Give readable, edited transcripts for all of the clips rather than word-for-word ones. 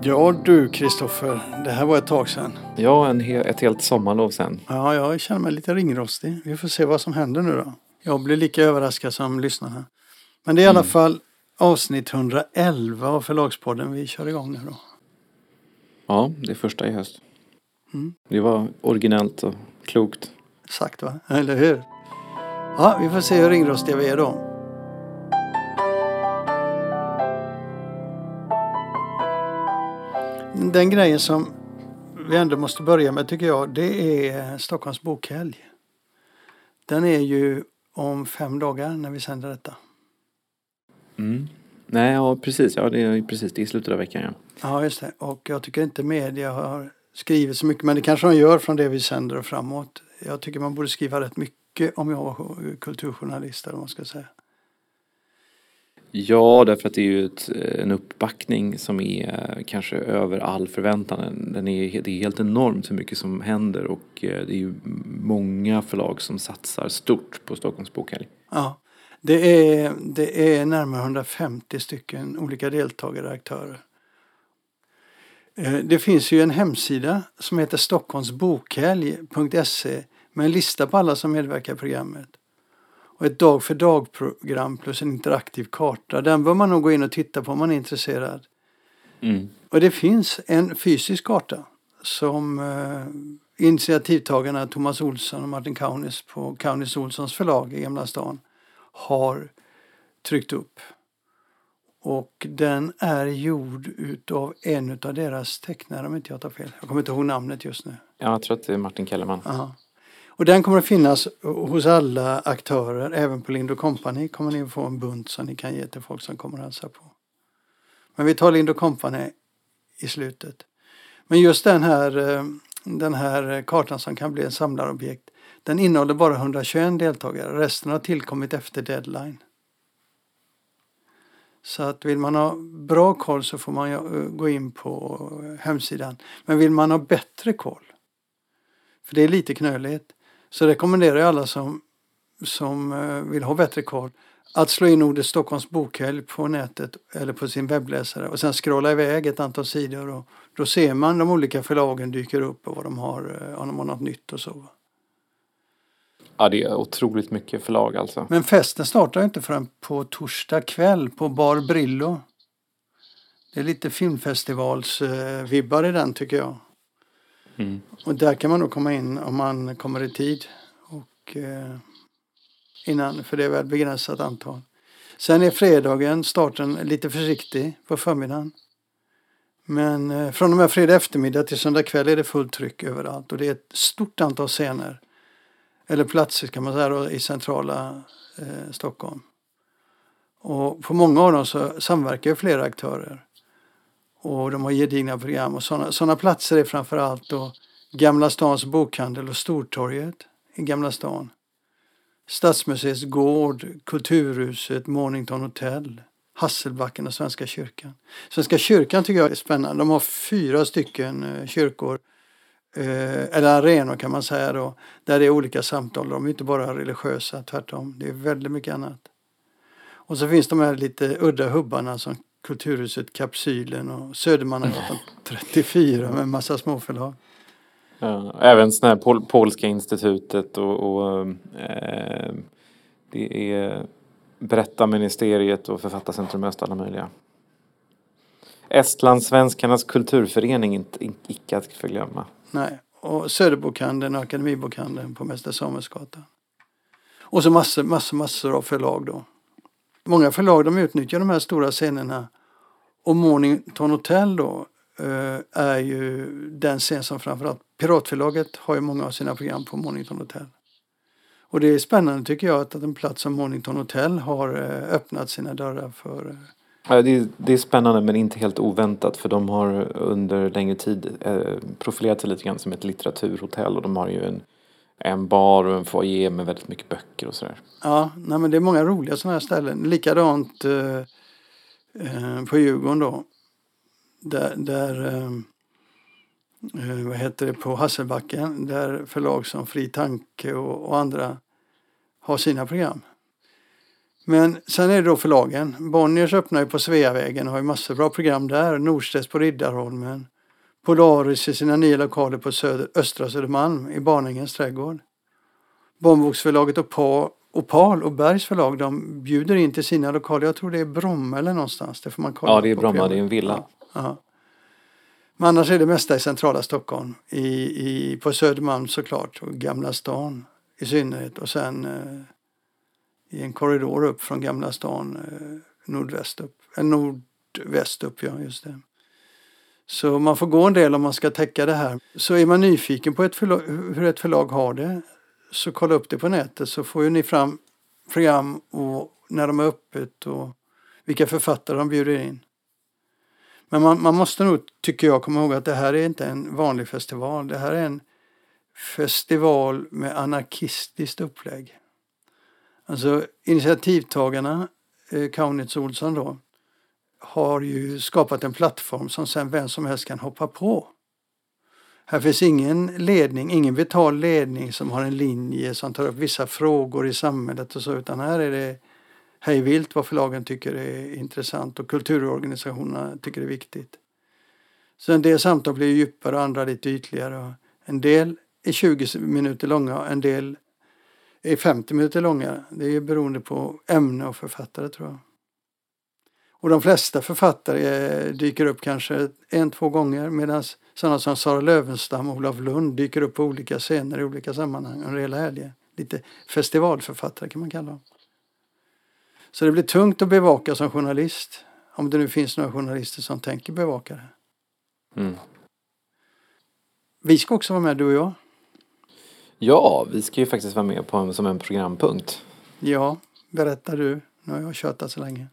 Ja du Kristoffer, det här var ett tag sedan. Ja, ett helt sommarlov sen. Ja, jag känner mig lite ringrostig. Vi får se vad som händer nu då. Jag blir lika överraskad som lyssnarna. Men det är i alla fall avsnitt 111 av Förlagspodden vi kör igång nu då. Ja, det är första i höst. Det var originellt och klokt. Exakt va? Eller hur? Ja, vi får se hur ringrostiga vi är då. Den grejen som vi ändå måste börja med tycker jag, det är Stockholms bokhelg. Den är ju om 5 dagar när vi sänder detta. Nej, ja precis. Ja, det är precis. Det är i slutet av veckan, ja. Ja, just det. Och jag tycker inte media har skrivit så mycket, men det kanske de gör från det vi sänder och framåt. Jag tycker man borde skriva rätt mycket om jag var kulturjournalist, eller vad man ska säga. Ja, därför att det är ju en uppbackning som är kanske över all förväntan. Det är helt enormt så mycket som händer och det är ju många förlag som satsar stort på Stockholms bokhelg. Ja, det är närmare 150 stycken olika deltagare och aktörer. Det finns ju en hemsida som heter stockholmsbokhelg.se med en lista på alla som medverkar i programmet. Och ett dag för dag-program plus en interaktiv karta. Den bör man nog gå in och titta på om man är intresserad. Och det finns en fysisk karta som initiativtagarna Thomas Olsson och Martin Kaunis på Kaunis Olssons förlag i Gamla stan har tryckt upp. Och den är gjord utav en av deras tecknare om inte jag tar fel. Jag kommer inte ihåg namnet just nu. Ja, jag tror att det är Martin Kellerman. Aha. Och den kommer att finnas hos alla aktörer, även på Lind & Company kommer ni få en bunt som ni kan ge till folk som kommer att hälsa på. Men vi tar Lind & Company i slutet. Men just den här kartan som kan bli en samlarobjekt, den innehåller bara 121 deltagare. Resten har tillkommit efter deadline. Så att vill man ha bra koll så får man gå in på hemsidan. Men vill man ha bättre koll, för det är lite knöligt, så rekommenderar jag alla som vill ha bättre koll att slå in ordet Stockholms bokhelg på nätet eller på sin webbläsare och sen scrolla iväg ett antal sidor och då ser man de olika förlagen dyker upp och vad de har, om de har något nytt och så. Ja, det är otroligt mycket förlag alltså. Men festen startar inte förrän på torsdag kväll på Bar Brillo. Det är lite filmfestivalsvibbar i den tycker jag. Och där kan man då komma in om man kommer i tid. Och innan, för det är väl begränsat antal. Sen är fredagen starten lite försiktig på förmiddagen. Men från och med fredag eftermiddag till söndag kväll är det fullt tryck överallt. Och det är ett stort antal scener. Eller platser kan man säga då, i centrala Stockholm. Och på många av dem så samverkar ju flera aktörer. Och de har gedigna program. Och sådana platser är framförallt då Gamla stans bokhandel och Stortorget i Gamla stan. Stadsmuseets gård, Kulturhuset, Mornington Hotel, Hasselbacken och Svenska kyrkan. Svenska kyrkan tycker jag är spännande. De har 4 stycken kyrkor. Eller arenor kan man säga då. Där det är olika samtal. De är inte bara religiösa, tvärtom. Det är väldigt mycket annat. Och så finns de här lite udda hubbarna som Kulturhuset Kapsylen och Södermannagatan 34 med en massa småförlag. Ja, även sådana här Polska institutet och det är Berättarministeriet och Författarcentrum Öst, alla möjliga. Estlandssvenskarnas kulturförening, icke att förglömma. Nej, och Söderbokhandeln och Akademibokhandeln på Mäster Samuelsgatan. Och så massor av förlag då. Många förlag de utnyttjar de här stora scenerna. Och Mornington Hotel då är ju den scen som framförallt Piratförlaget har ju många av sina program på Mornington Hotel. Och det är spännande tycker jag att en plats som Mornington Hotel har öppnat sina dörrar för... Ja, det är spännande men inte helt oväntat för de har under längre tid profilerat sig lite grann som ett litteraturhotell och de har ju en bar och en foyer med väldigt mycket böcker och sådär. Ja, nej, men det är många roliga sådana här ställen. Likadant på Djurgården då. Där vad heter det, på Hasselbacken där förlag som Fri Tanke och andra har sina program. Men sen är det då förlagen. Bonniers öppnar ju på Sveavägen och har ju massor av bra program där. Norstedts på Riddarholmen. Polaris i sina nya lokaler på östra Södermalm i Barnängens trädgård. Barnboksförlaget Opal och Bergs förlag, de bjuder in till sina lokaler. Jag tror det är Bromma eller någonstans. Det får man kolla. Ja, det är Bromma, det är en villa. Ja. Men annars är det mesta i centrala Stockholm. På Södermalm såklart och Gamla stan i synnerhet. Och sen i en korridor upp från Gamla stan nordväst upp, ja just det. Så man får gå en del om man ska täcka det här. Så är man nyfiken på hur ett förlag har det, så kolla upp det på nätet, så får ju ni fram program och när de är öppet och vilka författare de bjuder in. Men man måste nog, tycker jag, komma ihåg att det här är inte en vanlig festival. Det här är en festival med anarkistiskt upplägg. Alltså initiativtagarna, Kaunitz Olsson då, har ju skapat en plattform som sen vem som helst kan hoppa på. Här finns ingen vital ledning som har en linje som tar upp vissa frågor i samhället och så, utan här är det hejvilt vad förlagen tycker är intressant och kulturorganisationerna tycker är viktigt. Så en del samtal blir djupare och andra lite ytligare. Och en del är 20 minuter långa och en del är 50 minuter långa. Det är ju beroende på ämne och författare, tror jag. Och de flesta författare dyker upp kanske 1-2 gånger, medan sådana som Sara Lövenstam och Olof Lund dyker upp på olika scener i olika sammanhang under hela helgen. Lite festivalförfattare kan man kalla dem. Så det blir tungt att bevaka som journalist, om det nu finns några journalister som tänker bevaka det. Mm. Vi ska också vara med, du och jag. Ja, vi ska ju faktiskt vara med som en programpunkt. Ja, berättar du. Nu har jag tjötat så länge.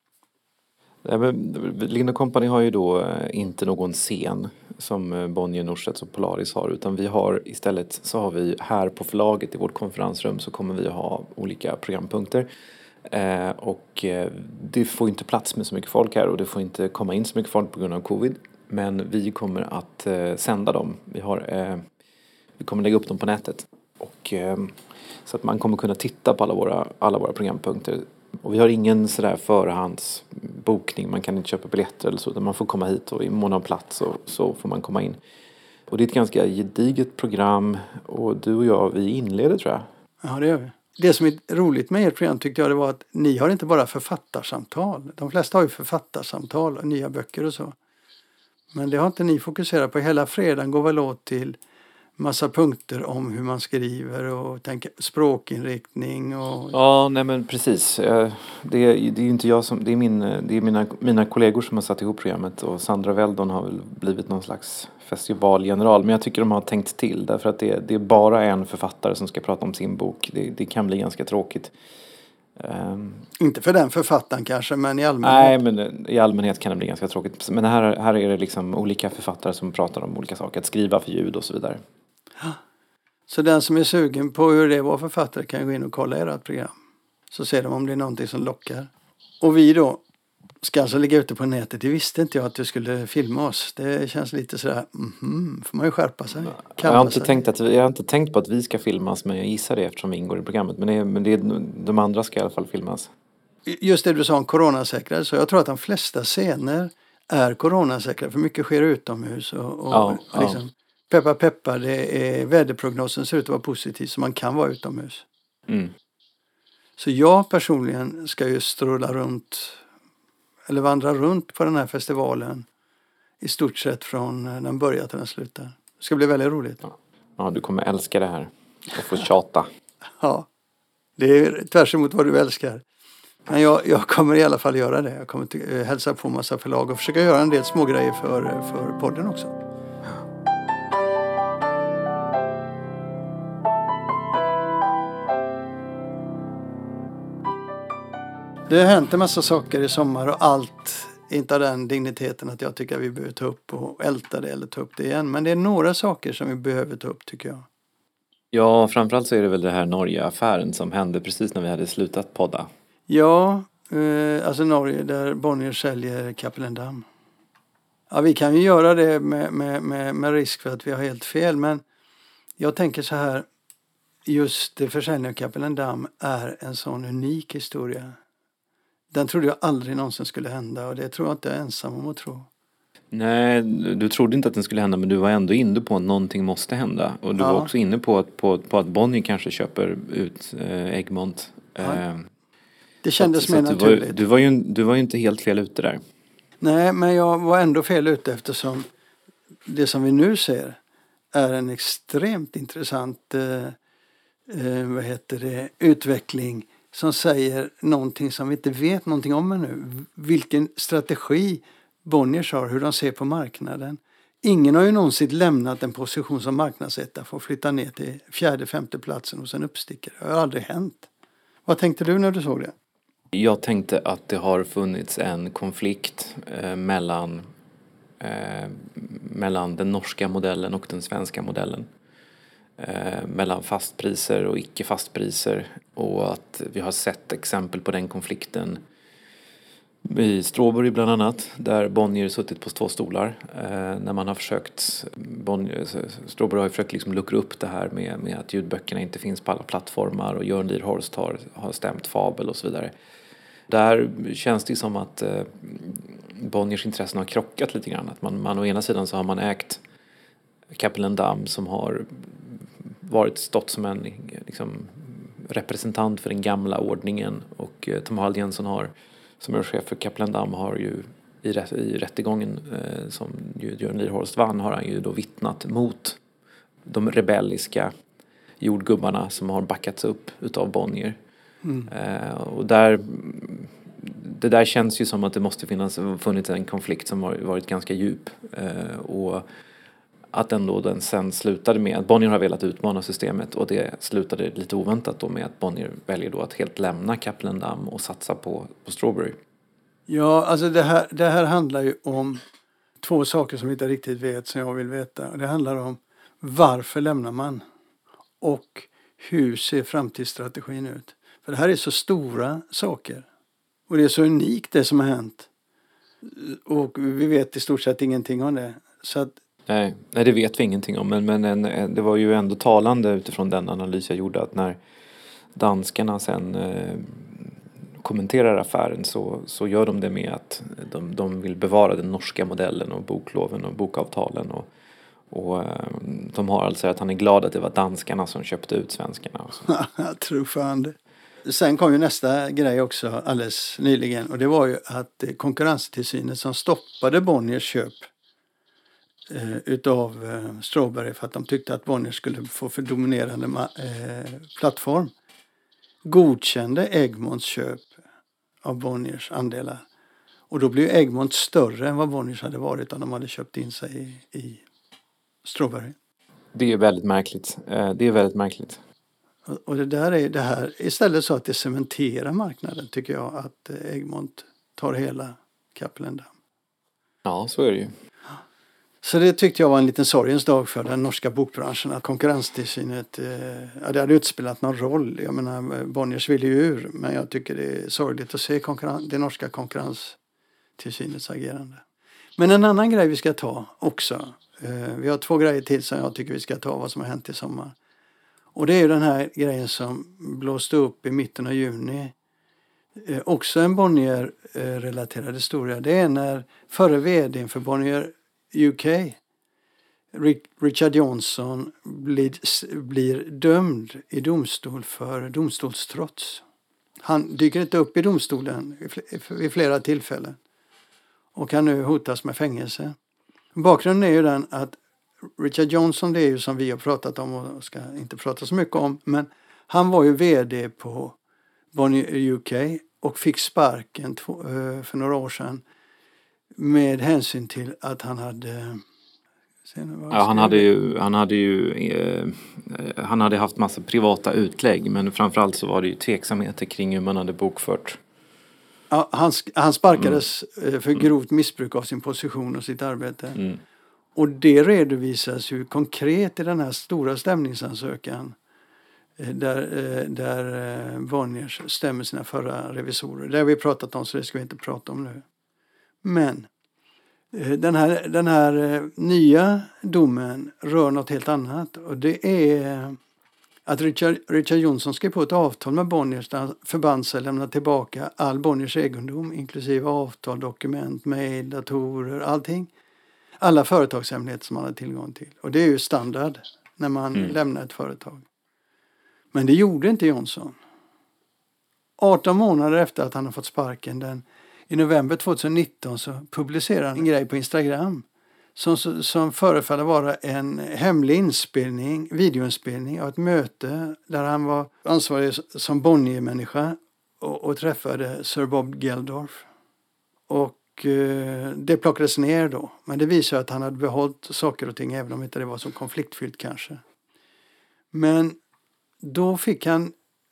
Lind & Company har ju då inte någon scen som Bonnier, Norstedts och Polaris har, utan vi har istället, så har vi här på förlaget i vårt konferensrum, så kommer vi att ha olika programpunkter. Och det får inte plats med så mycket folk här och det får inte komma in så mycket folk på grund av covid. Men vi kommer att sända dem. Vi kommer lägga upp dem på nätet. Och, så att man kommer kunna titta på alla våra programpunkter. Och vi har ingen sådär förhandsbokning. Man kan inte köpa biljetter eller så. Utan man får komma hit och i mån av plats så får man komma in. Och det är ett ganska gediget program. Och du och jag, vi inleder, tror jag. Ja, det gör vi. Det som är roligt med ert program tyckte jag det var att ni har inte bara författarsamtal. De flesta har ju författarsamtal och nya böcker och så. Men det har inte ni fokuserat på. Hela fredagen går väl åt till massa punkter om hur man skriver och tänker språkinriktning och... Ja, nej men precis. Det är ju inte jag som... Det är mina kollegor som har satt ihop programmet, och Sandra Weldon har väl blivit någon slags festivalgeneral. Men jag tycker de har tänkt till, därför att det är bara en författare som ska prata om sin bok. Det kan bli ganska tråkigt. Inte för den författaren kanske, men i allmänhet. Nej, men i allmänhet kan det bli ganska tråkigt. Men här är det liksom olika författare som pratar om olika saker. Att skriva för ljud och så vidare. Så den som är sugen på hur det var författare kan gå in och kolla ert program. Så ser de om det är någonting som lockar. Och vi då ska alltså ligga ute på nätet. Det visste inte jag att du skulle filma oss. Det känns lite sådär, får man ju skärpa sig. Jag har inte tänkt på att vi ska filmas, men jag gissar det eftersom vi ingår i programmet. Men de andra ska i alla fall filmas. Just det du sa om coronasäkrade, så jag tror att de flesta scener är coronasäkrade, för mycket sker utomhus. Liksom, peppar, väderprognosen ser ut att vara positiv, så man kan vara utomhus. Mm. Så jag personligen ska ju vandra runt på den här festivalen i stort sett från den börjar till den slutar. Det ska bli väldigt roligt. Ja, du kommer älska det här och få tjata. Ja, det är tvärs emot vad du älskar. Men jag kommer i alla fall göra det. Jag kommer hälsa på massa förlag och försöka göra en del små grejer för podden också. Det har hänt en massa saker i sommar och allt inte av den digniteten att jag tycker att vi behöver ta upp och älta det eller ta upp det igen. Men det är några saker som vi behöver ta upp, tycker jag. Ja, framförallt så är det väl det här Norge-affären som hände precis när vi hade slutat podda. Ja, alltså Norge där Bonnier säljer Cappelen-Damm. Ja, vi kan ju göra det med risk för att vi har helt fel, men jag tänker så här, just försäljningen av Cappelen-Damm är en sån unik historia. Den trodde jag aldrig någonsin skulle hända, och det tror jag inte jag är ensam om att tro. Nej, du trodde inte att den skulle hända, men du var ändå inne på att någonting måste hända. Och du var också inne på att Bonnier kanske köper ut Egmont. Ja. Det kändes mer naturligt. Du var ju inte helt fel ute där. Nej, men jag var ändå fel ute, eftersom det som vi nu ser är en extremt intressant utveckling som säger någonting som vi inte vet någonting om ännu. Vilken strategi Bonniers har, hur de ser på marknaden. Ingen har ju någonsin lämnat en position som marknadsetta för att flytta ner till 4-5 platsen hos en uppstickare. Det har aldrig hänt. Vad tänkte du när du såg det? Jag tänkte att det har funnits en konflikt mellan den norska modellen och den svenska modellen. Mellan fastpriser och icke fastpriser, och att vi har sett exempel på den konflikten i Strawberry bland annat, där Bonnier suttit på 2 stolar. När man har försökt, Strawberry har försökt liksom luckra upp det här med att ljudböckerna inte finns på alla plattformar, och Jörn Lier-Horst har stämt Fabel och så vidare. Där känns det som att Bonniers intressen har krockat lite grann. Att man å ena sidan så har man ägt Cappelen Damm, som har stått som en liksom representant för den gamla ordningen, och Tom Hall Jensen har, som är chef för Cappelen Damm, har ju i rättegången som Jörn Lier-Horst vann, har han ju då vittnat mot de rebelliska jordgubbarna som har backats upp utav Bonnier. Och det där känns ju som att det måste funnits en konflikt som har varit ganska djup, och att den sen slutade med att Bonnier har velat utmana systemet, och det slutade lite oväntat då med att Bonnier väljer då att helt lämna Cappelen Damm och satsa på Strawberry. Ja, alltså det här handlar ju om 2 saker som vi inte riktigt vet, som jag vill veta. Det handlar om varför lämnar man, och hur ser framtidsstrategin ut. För det här är så stora saker, och det är så unikt det som har hänt, och vi vet i stort sett ingenting om det. Så att Nej, det vet vi ingenting om, men det var ju ändå talande utifrån den analys jag gjorde, att när danskarna sen kommenterar affären så gör de det med att de vill bevara den norska modellen och bokloven och bokavtalen, och de har alltså att han är glad att det var danskarna som köpte ut svenskarna. Jag tror fan det. Sen kom ju nästa grej också alldeles nyligen, och det var ju att konkurrenstillsynet som stoppade Bonniers köp utav Strawberry, för att de tyckte att Bonnier skulle få för dominerande plattform, godkände Egmonts köp av Bonniers andelar. Och då blev Egmont större än vad Bonniers hade varit om de hade köpt in sig i Strawberry. Det är väldigt märkligt. Och det här istället så att det cementerar marknaden, tycker jag, att Egmont tar hela Cappelen Damm. Ja, så är det ju. Så det tyckte jag var en liten sorgens dag för den norska bokbranschen, att konkurrenstillsynet, det hade utspelat någon roll. Jag menar, Bonniers vill ju ur, men jag tycker det är sorgligt att se det norska konkurrenstillsynets agerande. Men en annan grej vi ska ta också, vi har 2 grejer till som jag tycker vi ska ta, vad som har hänt i sommar. Och det är ju den här grejen som blåste upp i mitten av juni. Också en Bonnier-relaterad historia. Det är när förre vdn för Bonnier UK, Richard Johnson, blir dömd i domstol för domstolstrots. Han dyker inte upp i domstolen vid flera tillfällen, och kan nu hotas med fängelse. Bakgrunden är ju den att Richard Johnson, det är ju som vi har pratat om och ska inte prata så mycket om, men han var ju vd på Bonnier UK och fick sparken för några år sedan med hänsyn till att han hade han hade haft massa privata utlägg, men framförallt så var det ju tveksamheter kring hur man hade bokfört. Ja, han sparkades för grovt missbruk av sin position och sitt arbete. Och det redovisas ju konkret i den här stora stämningsansökan där Bonniers stämmer sina förra revisorer. Det har vi pratat om, så det ska vi inte prata om nu. Men den här nya domen rör något helt annat, och det är att Richard Jonsson skrev på ett avtal med Bonniers där han förband sig lämna tillbaka all Bonniers egendom, inklusive avtal, dokument, mejl, datorer, allting. Alla företagshemligheter som man har tillgång till. Och det är ju standard när man lämnar ett företag. Men det gjorde inte Jonsson. 18 månader efter att han har fått sparken, i november 2019 så publicerade han en grej på Instagram som förefaller vara en hemlig videoinspelning av ett möte där han var ansvarig som Bonnier-människa och träffade Sir Bob Geldof. Och det plockades ner då. Men det visar att han hade behållit saker och ting även om inte det var så konfliktfyllt kanske. Men då fick han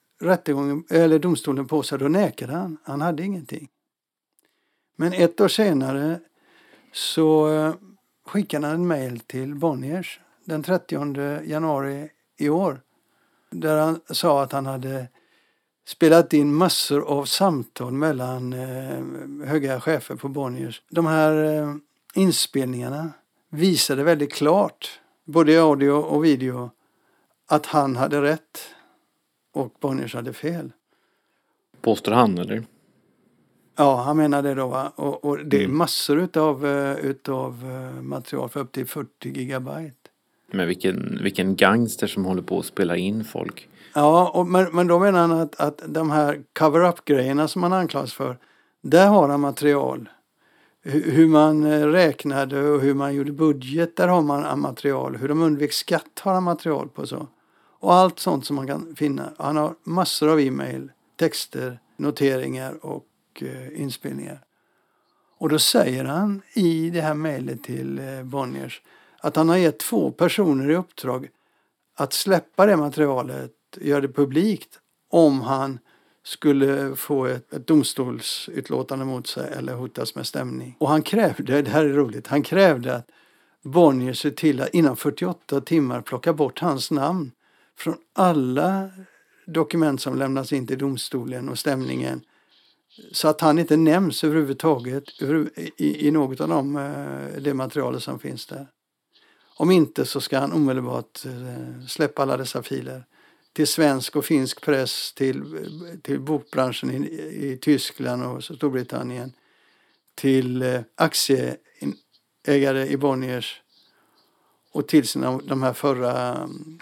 domstolen på sig, då nekade han. Han hade ingenting. Men ett år senare så skickade han en mejl till Bonniers den 30 januari i år. Där han sa att han hade spelat in massor av samtal mellan höga chefer på Bonniers. De här inspelningarna visade väldigt klart, både i audio och video, att han hade rätt och Bonniers hade fel. Påstår han, eller? Ja, han menar det då, va? Och det är massor utav material för upp till 40 gigabyte. Men vilken gangster som håller på att spela in folk. Ja, men då menar han att de här cover-up-grejerna som man anklagas för, där har han material. Hur man räknade och hur man gjorde budget, där har man material. Hur de undvek skatt har han material på så. Och allt sånt som man kan finna. Han har massor av e-mail, texter, noteringar och inspelningar. Och då säger han i det här mejlet till Bonniers att han har gett 2 personer i uppdrag att släppa det materialet, göra det publikt, om han skulle få ett domstolsutlåtande mot sig eller hotas med stämning. Och han krävde, det här är roligt, han krävde att Bonniers ser till att inom 48 timmar plocka bort hans namn från alla dokument som lämnas in till domstolen och stämningen, så att han inte nämns överhuvudtaget i något av det materialet som finns där. Om inte så ska han omedelbart släppa alla dessa filer till svensk och finsk press, till bokbranschen i Tyskland och Storbritannien, till aktieägare i Bonniers och till de här förra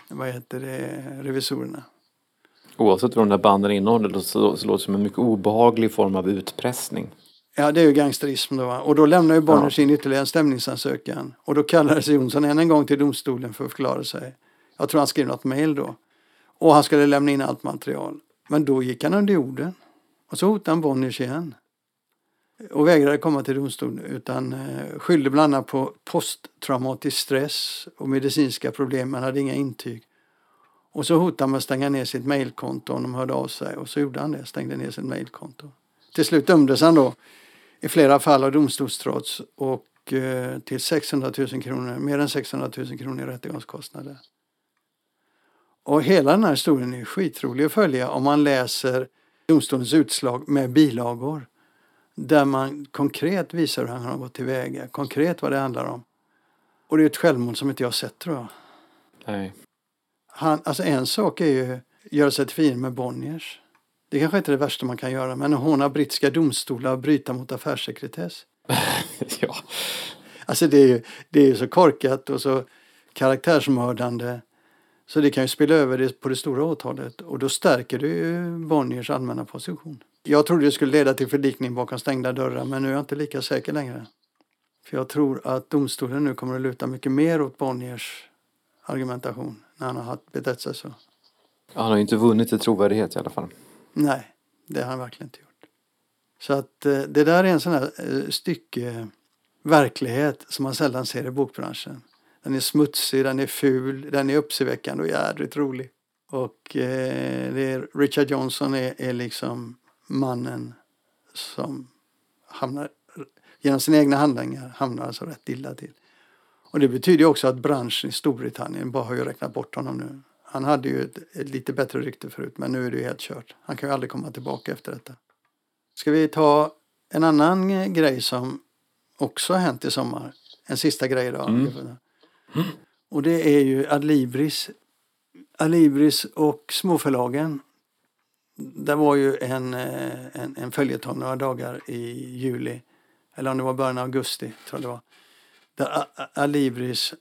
revisorerna. Oavsett vad de där banden innehåller så låter det som en mycket obehaglig form av utpressning. Ja, det är ju gangsterism då. Och då lämnar ju Bonniers in ytterligare en stämningsansökan. Och då kallades Jonsson än en gång till domstolen för att förklara sig. Jag tror han skrev något mejl då. Och han skulle lämna in allt material. Men då gick han under jorden. Och så hotade han Bonniers igen. Och vägrade komma till domstolen, utan skyllde bland annat på posttraumatisk stress och medicinska problem. Man hade inga intyg. Och så hotade han med att stänga ner sitt mejlkonto om de hörde av sig. Och så gjorde han det, stängde ner sitt mejlkonto. Till slut dömdes han då i flera fall av domstolstrots och till 600 000 kronor, mer än 600 000 kronor i rättegångskostnader. Och hela den här historien är skitrolig att följa om man läser domstolens utslag med bilagor. Där man konkret visar hur han har gått tillväga, konkret vad det handlar om. Och det är ett självmord som inte jag har sett, tror jag. Nej. Alltså en sak är ju att göra sig till fiende med Bonniers. Det kanske inte är det värsta man kan göra, men hon har brittiska domstolar bryta mot affärssekretess. Ja. Alltså det är ju så korkat och så karaktärsmördande, så det kan ju spela över det på det stora åtalet, och då stärker det ju Bonniers allmänna position. Jag trodde det skulle leda till förlikning bakom stängda dörrar, men nu är jag inte lika säker längre. För jag tror att domstolen nu kommer att luta mycket mer åt Bonniers argumentation när han har betett sig så. Han har ju inte vunnit i trovärdighet i alla fall. Nej, det har han verkligen inte gjort. Så att det där är en sån här stycke verklighet som man sällan ser i bokbranschen. Den är smutsig, den är ful, den är uppseendeväckande och jädrigt rolig. Och Richard Jonsson är liksom mannen som hamnar, genom sina egna handlingar, hamnar alltså rätt illa till. Och det betyder också att branschen i Storbritannien bara har ju räknat bort honom nu. Han hade ju ett lite bättre rykte förut, men nu är det ju helt kört. Han kan ju aldrig komma tillbaka efter detta. Ska vi ta en annan grej som också har hänt i sommar? En sista grej då. Och det är ju Adlibris och småförlagen. Det var ju en följetong några dagar i juli. Eller om det var början av augusti, tror jag det var. Där Adlibris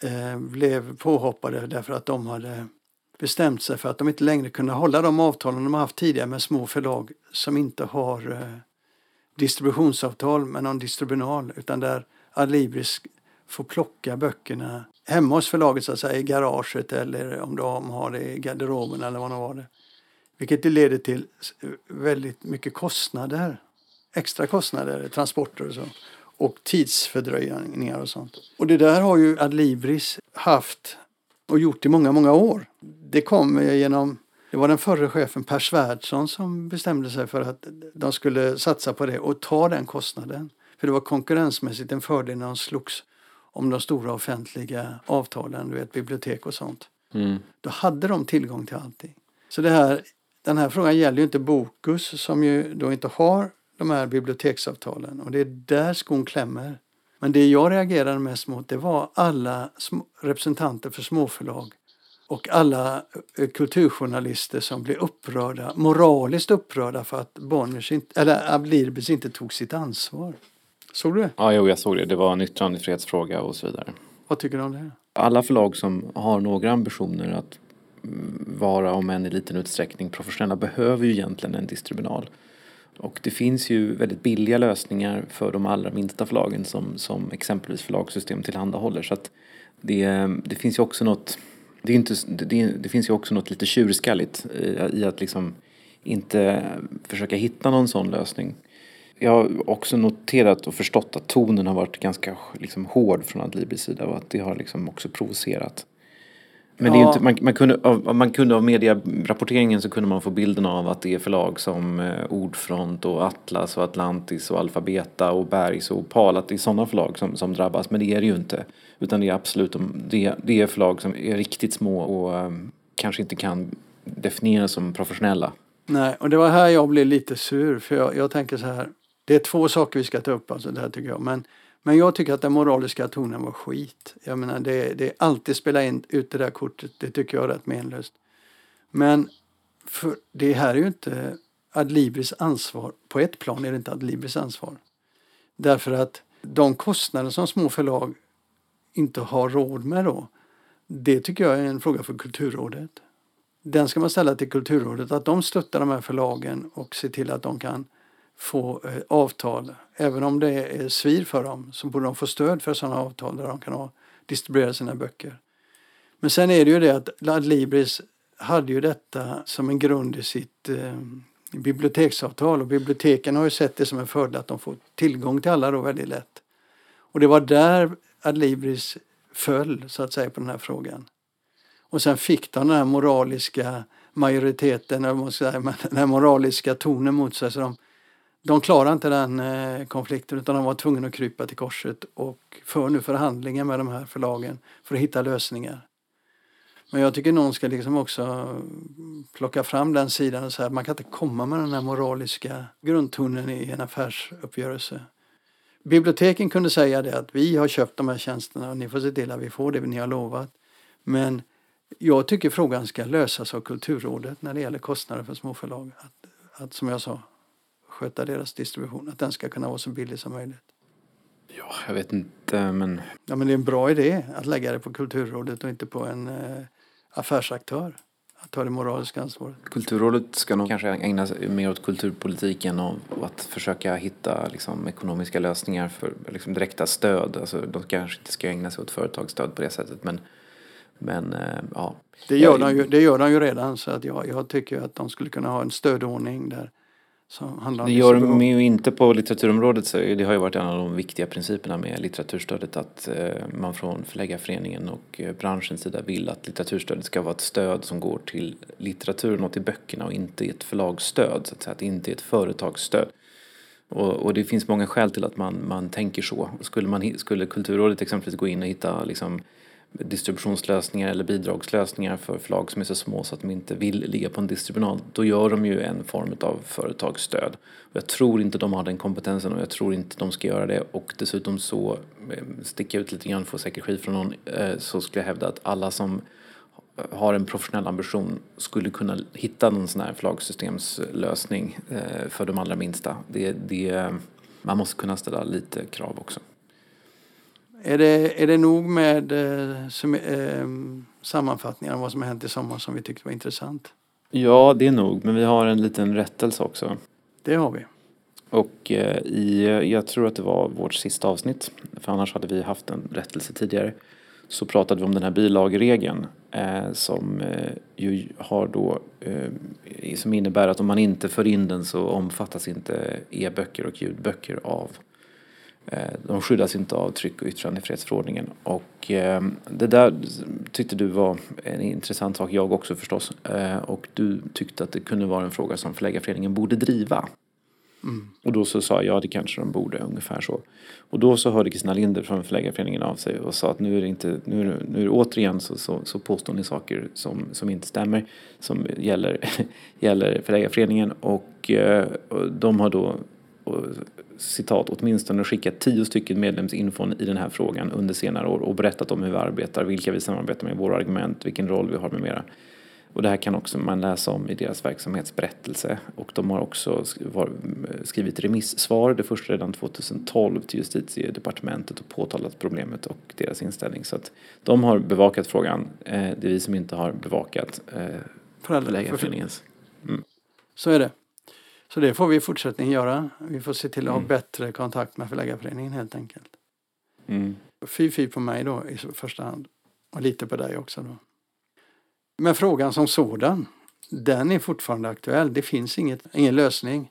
blev påhoppade därför att de hade bestämt sig för att de inte längre kunde hålla de avtalen de har haft tidigare med små förlag som inte har distributionsavtal med någon distribunal, utan där Adlibris får plocka böckerna hemma hos förlaget, så att säga, i garaget eller om de har det i garderoben eller vad det var det. Vilket det leder till väldigt mycket kostnader, extra kostnader, transporter och så. Och tidsfördröjningar och sånt. Och det där har ju Adlibris haft och gjort i många, många år. Det kom genom, det var den förre chefen Per Svärdson som bestämde sig för att de skulle satsa på det och ta den kostnaden. För det var konkurrensmässigt en fördel när de slogs om de stora offentliga avtalen, du vet, bibliotek och sånt. Då hade de tillgång till allting. Så den här frågan gäller ju inte Bokus som ju då inte har de här biblioteksavtalen. Och det är där skon klämmer. Men det jag reagerade mest mot, det var alla representanter för småförlag och alla kulturjournalister som blev upprörda, moraliskt upprörda för att Adlibris inte tog sitt ansvar. Såg du det? Ja, jag såg det. Det var en yttrandefrihetsfråga och så vidare. Vad tycker du om det? Alla förlag som har några ambitioner att vara, om än i liten utsträckning, professionella behöver ju egentligen en distribunal. Och det finns ju väldigt billiga lösningar för de allra minsta förlagen som exempelvis förlagssystem tillhandahåller. Så att det finns ju också något, det finns ju också något lite tjurskalligt i att liksom inte försöka hitta någon sån lösning. Jag har också noterat och förstått att tonen har varit ganska liksom hård från Adlibris sida och att det har liksom också provocerat. Men det är ju inte, man kunde av medierapporteringen så kunde man få bilden av att det är förlag som Ordfront och Atlas och Atlantis och Alfabeta och Bergs och Pal, att det är sådana förlag som drabbas, men det är det ju inte. Utan det är absolut det är förlag som är riktigt små och kanske inte kan definieras som professionella. Nej, och det var här jag blev lite sur, för jag tänker så här, det är två saker vi ska ta upp, alltså det här tycker jag, men jag tycker att den moraliska tonen var skit. Jag menar, det alltid spela in ut det där kortet, det tycker jag är rätt menlöst. Men för det här är ju inte Adlibris ansvar. På ett plan är det inte Adlibris ansvar. Därför att de kostnader som små förlag inte har råd med då, det tycker jag är en fråga för Kulturrådet. Den ska man ställa till Kulturrådet, att de stöttar de här förlagen och ser till att de kan få avtal. Även om det är svir för dem så borde de få stöd för sådana avtal där de kan distribuera sina böcker. Men sen är det ju det att Adlibris hade ju detta som en grund i sitt biblioteksavtal, och biblioteken har ju sett det som en fördel att de får tillgång till alla då väldigt lätt. Och det var där Adlibris föll, så att säga, på den här frågan. Och sen fick de den här moraliska majoriteten, eller måste säga, den här moraliska tonen mot sig, så de klarade inte den konflikten, utan de var tvungna att krypa till korset och för nu förhandlingar med de här förlagen för att hitta lösningar. Men jag tycker någon ska liksom också plocka fram den sidan och säga att man kan inte komma med den här moraliska grundtonen i en affärsuppgörelse. Biblioteken kunde säga det, att vi har köpt de här tjänsterna och ni får se till att vi får det ni har lovat. Men jag tycker frågan ska lösas av Kulturrådet när det gäller kostnader för småförlag. Att som jag sa, sköta deras distribution, att den ska kunna vara så billig som möjligt. Ja, jag vet inte, men... Ja, men det är en bra idé att lägga det på Kulturrådet och inte på en affärsaktör. Att ta det moraliska ansvaret. Kulturrådet ska nog kanske ägna sig mer åt kulturpolitiken och att försöka hitta liksom, ekonomiska lösningar för liksom, direkta stöd. Alltså, de kanske inte ska ägna sig åt företagsstöd på det sättet, men ja. Det gör de ju redan, så att jag tycker att de skulle kunna ha en stödordning där. Det gör de ju inte på litteraturområdet, så det har ju varit en av de viktiga principerna med litteraturstödet, att man från förläggarföreningen och branschens sida vill att litteraturstödet ska vara ett stöd som går till litteraturen och till böckerna och inte ett förlagsstöd, så att säga, att det inte är ett företagsstöd. Och det finns många skäl till att man tänker så. Skulle Kulturrådet exempelvis gå in och hitta liksom distributionslösningar eller bidragslösningar för förlag som är så små så att de inte vill ligga på en distribunal, då gör de ju en form av företagsstöd. Och jag tror inte de har den kompetensen, och jag tror inte de ska göra det. Och dessutom så sticka ut lite grann, få säkert skit från någon, så skulle jag hävda att alla som har en professionell ambition skulle kunna hitta någon sån här förlagssystemslösning för de allra minsta. Man måste kunna ställa lite krav också. Är det nog med sammanfattningar om vad som har hänt i sommar som vi tyckte var intressant? Ja, det är nog. Men vi har en liten rättelse också. Det har vi. Och jag tror att det var vårt sista avsnitt. För annars hade vi haft en rättelse tidigare. Så pratade vi om den här bilagregeln som ju har då som innebär att om man inte för in den så omfattas inte e-böcker och ljudböcker av. De skyddas inte av tryck- och yttrandefrihetsförordningen. Och det där tyckte du var en intressant sak, jag också förstås. Och du tyckte att det kunde vara en fråga som Förläggareföreningen borde driva. Mm. Och då så sa jag, det kanske de borde, ungefär så. Och då så hörde Kristina Linder från Förläggareföreningen av sig och sa att nu är det återigen så påstår ni saker som inte stämmer, som gäller Förläggareföreningen. Och de har då, citat, åtminstone skickat 10 stycken medlemsinfon i den här frågan under senare år och berättat om hur vi arbetar, vilka vi samarbetar med, våra argument, vilken roll vi har med mera. Och det här kan också man läsa om i deras verksamhetsberättelse. Och de har också skrivit remissvar, det första redan 2012 till Justitiedepartementet och påtalat problemet och deras inställning. Så att de har bevakat frågan, det är vi som inte har bevakat Förläggareföreningens. Så är det. Så det får vi i fortsättningen göra. Vi får se till att ha bättre kontakt med Förläggareföreningen helt enkelt. Fy på mig då i första hand. Och lite på dig också då. Men frågan som sådan, den är fortfarande aktuell. Det finns ingen lösning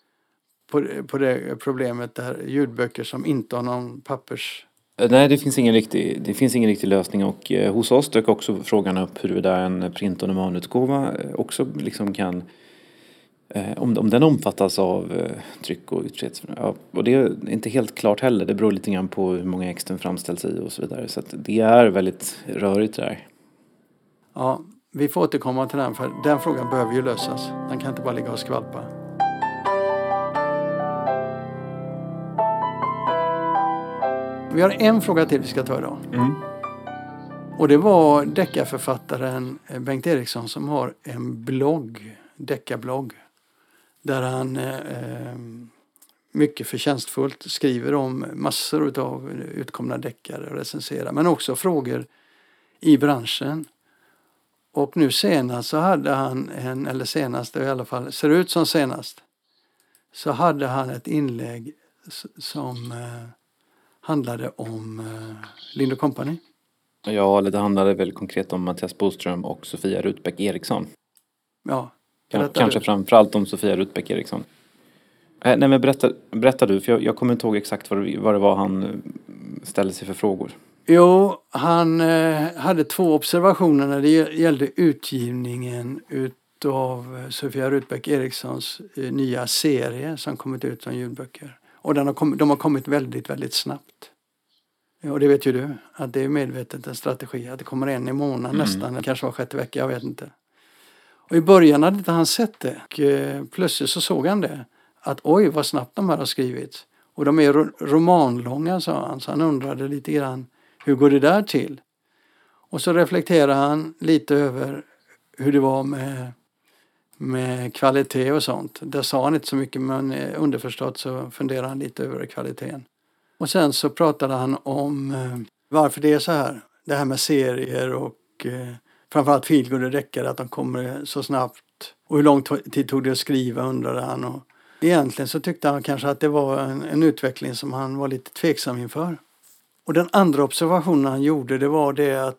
på det problemet där ljudböcker som inte har någon pappers... Nej, det finns ingen riktig lösning, och hos oss dök också frågan upp huruvida en print- och normalutgåva också liksom kan... Om den omfattas av tryck- och yttrandefrihetsförordningen. Ja, och det är inte helt klart heller. Det beror lite grann på hur många ex den framställs i och så vidare. Så att det är väldigt rörigt där. Ja, vi får återkomma till den, för den frågan behöver ju lösas. Den kan inte bara ligga och skvalpa. Vi har en fråga till vi ska ta idag. Och det var deckarförfattaren Bengt Eriksson som har en blogg, deckarblogg, där han mycket förtjänstfullt skriver om massor av utkomna deckare och recenserar, men också frågor i branschen. Och nu senast så hade han i alla fall ser ut som senast, så hade han ett inlägg som handlade om Lind & Company. Ja, det handlade väl konkret om Mattias Boström och Sofia Rutbeck Eriksson. Ja. Kanske framförallt om Sofia Rutbeck Eriksson. Nej, men berätta du, för jag kommer inte ihåg exakt vad det var han ställde sig för frågor. Jo, han hade 2 observationer när det gällde utgivningen utav Sofia Rutbeck Erikssons nya serie som kommit ut som ljudböcker. Och de har kommit väldigt, väldigt snabbt. Och det vet ju du, att det är medvetet en strategi. Att det kommer en i månaden nästan, kanske var 6:e vecka, jag vet inte. Och i början hade inte han sett det. Och plötsligt så såg han det. Att oj, vad snabbt de här har skrivit. Och de är romanlånga, sa han. Så han undrade lite grann, hur går det där till? Och så reflekterade han lite över hur det var med kvalitet och sånt. Där sa han inte så mycket, men underförstått så funderade han lite över kvaliteten. Och sen så pratade han om varför det är så här. Det här med serier och framförallt feelgood och deckare, att de kommer så snabbt. Och hur lång tid tog det att skriva, undrade han. Och egentligen så tyckte han kanske att det var en utveckling som han var lite tveksam inför. Och den andra observationen han gjorde, det var det att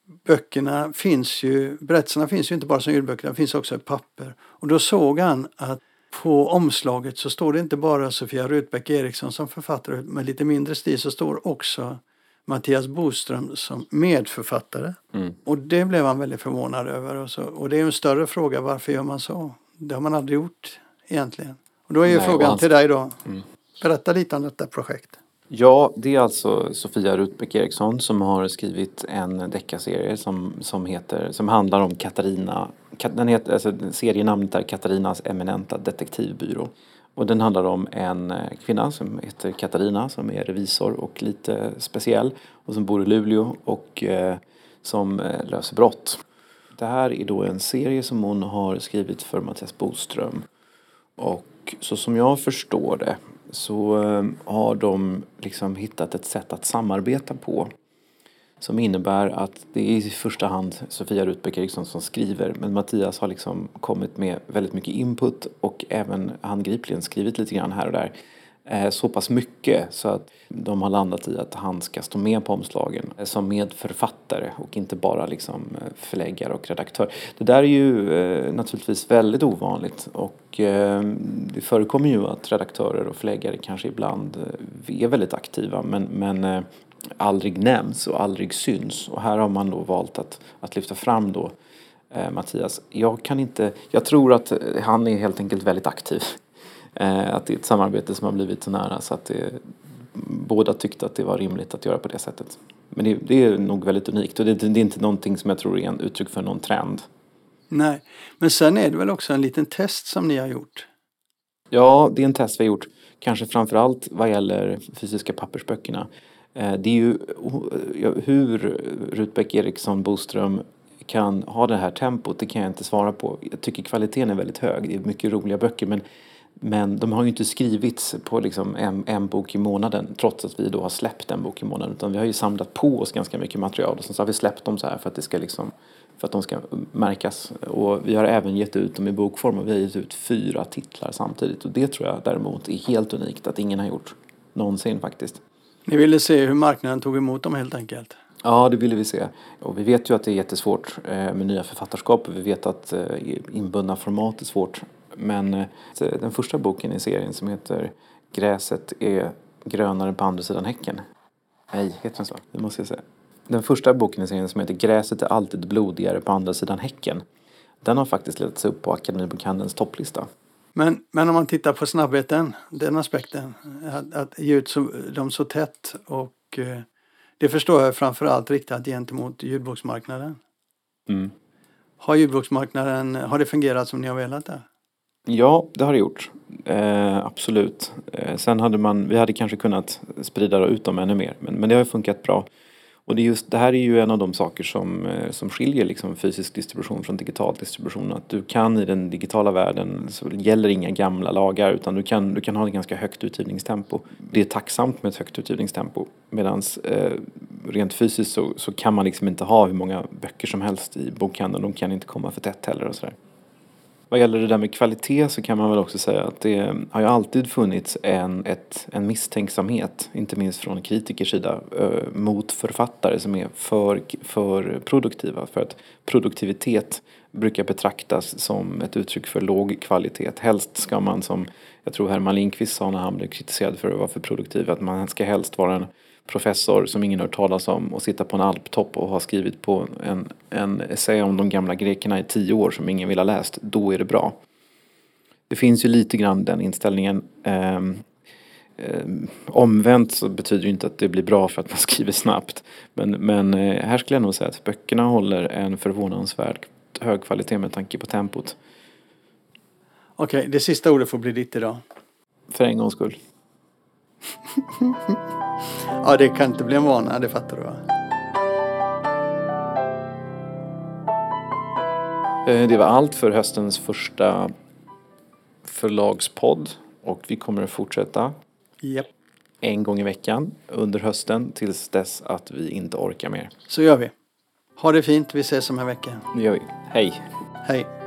berättelserna finns ju inte bara som ljudböcker, de finns också i papper. Och då såg han att på omslaget så står det inte bara Sofia Rutbeck Eriksson som författare, med lite mindre stil så står också Mattias Boström som medförfattare. Och det blev han väldigt förvånad över. Och det är en större fråga, varför gör man så? Det har man aldrig gjort egentligen. Och då är ju frågan till dig då. Berätta lite om detta projekt. Ja, det är alltså Sofia Rutbeck Eriksson som har skrivit en deckarserie som handlar om Katarina. Serienamnet är Katarinas eminenta detektivbyrå. Och den handlar om en kvinna som heter Katarina, som är revisor och lite speciell. Och som bor i Luleå och som löser brott. Det här är då en serie som hon har skrivit för Mattias Boström. Och så som jag förstår det så har de liksom hittat ett sätt att samarbeta på. Som innebär att det är i första hand Sofia Rutbeck Eriksson som skriver. Men Mattias har liksom kommit med väldigt mycket input och även handgripligen skrivit lite grann här och där. Så pass mycket så att de har landat i att han ska stå med på omslagen som medförfattare och inte bara liksom förläggare och redaktör. Det där är ju naturligtvis väldigt ovanligt och det förekommer ju att redaktörer och förläggare kanske ibland är väldigt aktiva men aldrig nämns och aldrig syns. Och här har man då valt att lyfta fram då Mattias. Jag tror att han är helt enkelt väldigt aktiv. Att det är ett samarbete som har blivit så nära så att båda tyckte att det var rimligt att göra på det sättet. Men det är nog väldigt unikt och det är inte någonting som jag tror är en uttryck för någon trend. Nej, men sen är det väl också en liten test som ni har gjort? Ja, det är en test vi har gjort. Kanske framförallt vad gäller fysiska pappersböckerna. Det är ju hur Rutbeck Eriksson Boström kan ha det här tempot, det kan jag inte svara på. Jag tycker kvaliteten är väldigt hög, det är mycket roliga böcker men de har ju inte skrivits på liksom en bok i månaden trots att vi då har släppt en bok i månaden, utan vi har ju samlat på oss ganska mycket material och så har vi släppt dem så här för att det ska liksom, för att de ska märkas, och vi har även gett ut dem i bokform och vi har gett ut 4 titlar samtidigt, och det tror jag däremot är helt unikt att ingen har gjort någonsin faktiskt. Ni ville se hur marknaden tog emot dem helt enkelt? Ja, det ville vi se. Och vi vet ju att det är jättesvårt med nya författarskap. Vi vet att inbundna format är svårt. Men den första boken i serien som heter Gräset är grönare på andra sidan häcken. Nej, heter den så? Det måste jag säga. Den första boken i serien som heter Gräset är alltid blodigare på andra sidan häcken. Den har faktiskt letts upp på Akademibokhandelns topplista. Men om man tittar på snabbheten, den aspekten, att ge ut dem så tätt, och det förstår jag framförallt riktat gentemot ljudboksmarknaden. Mm. Har ljudboksmarknaden, har det fungerat som ni har velat där? Ja, det har det gjort. Absolut. Sen vi hade kanske kunnat sprida ut dem ännu mer, men det har funkat bra. Och det här är ju en av de saker som skiljer liksom fysisk distribution från digital distribution. Att du kan i den digitala världen, så gäller inga gamla lagar, utan du kan ha ett ganska högt utgivningstempo. Det är tacksamt med ett högt utgivningstempo. Medan rent fysiskt så kan man liksom inte ha hur många böcker som helst i bokhandeln. De kan inte komma för tätt heller och sådär. Vad gäller det där med kvalitet så kan man väl också säga att det har ju alltid funnits en misstänksamhet, inte minst från kritikers sida, mot författare som är för produktiva. För att produktivitet brukar betraktas som ett uttryck för låg kvalitet. Helst ska man, som jag tror Herman Lindqvist sa när han blev kritiserad för att vara för produktiv, att man ska helst vara en professor som ingen hört talas om och sitta på en alptopp och ha skrivit på en essä om de gamla grekerna i 10 år som ingen vill ha läst. Då är det bra. Det finns ju lite grann den inställningen. Omvänt så betyder det inte att det blir bra för att man skriver snabbt. Men här skulle jag nog säga att böckerna håller en förvånansvärd hög kvalitet med tanke på tempot. Okej, det sista ordet får bli ditt idag. För en gångs skull. Ja, det kan inte bli en vana, det fattar du va? Det var allt för höstens första förlagspodd. Och vi kommer att fortsätta en gång i veckan under hösten tills dess att vi inte orkar mer. Så gör vi. Ha det fint, vi ses om en vecka. Det gör vi. Hej. Hej.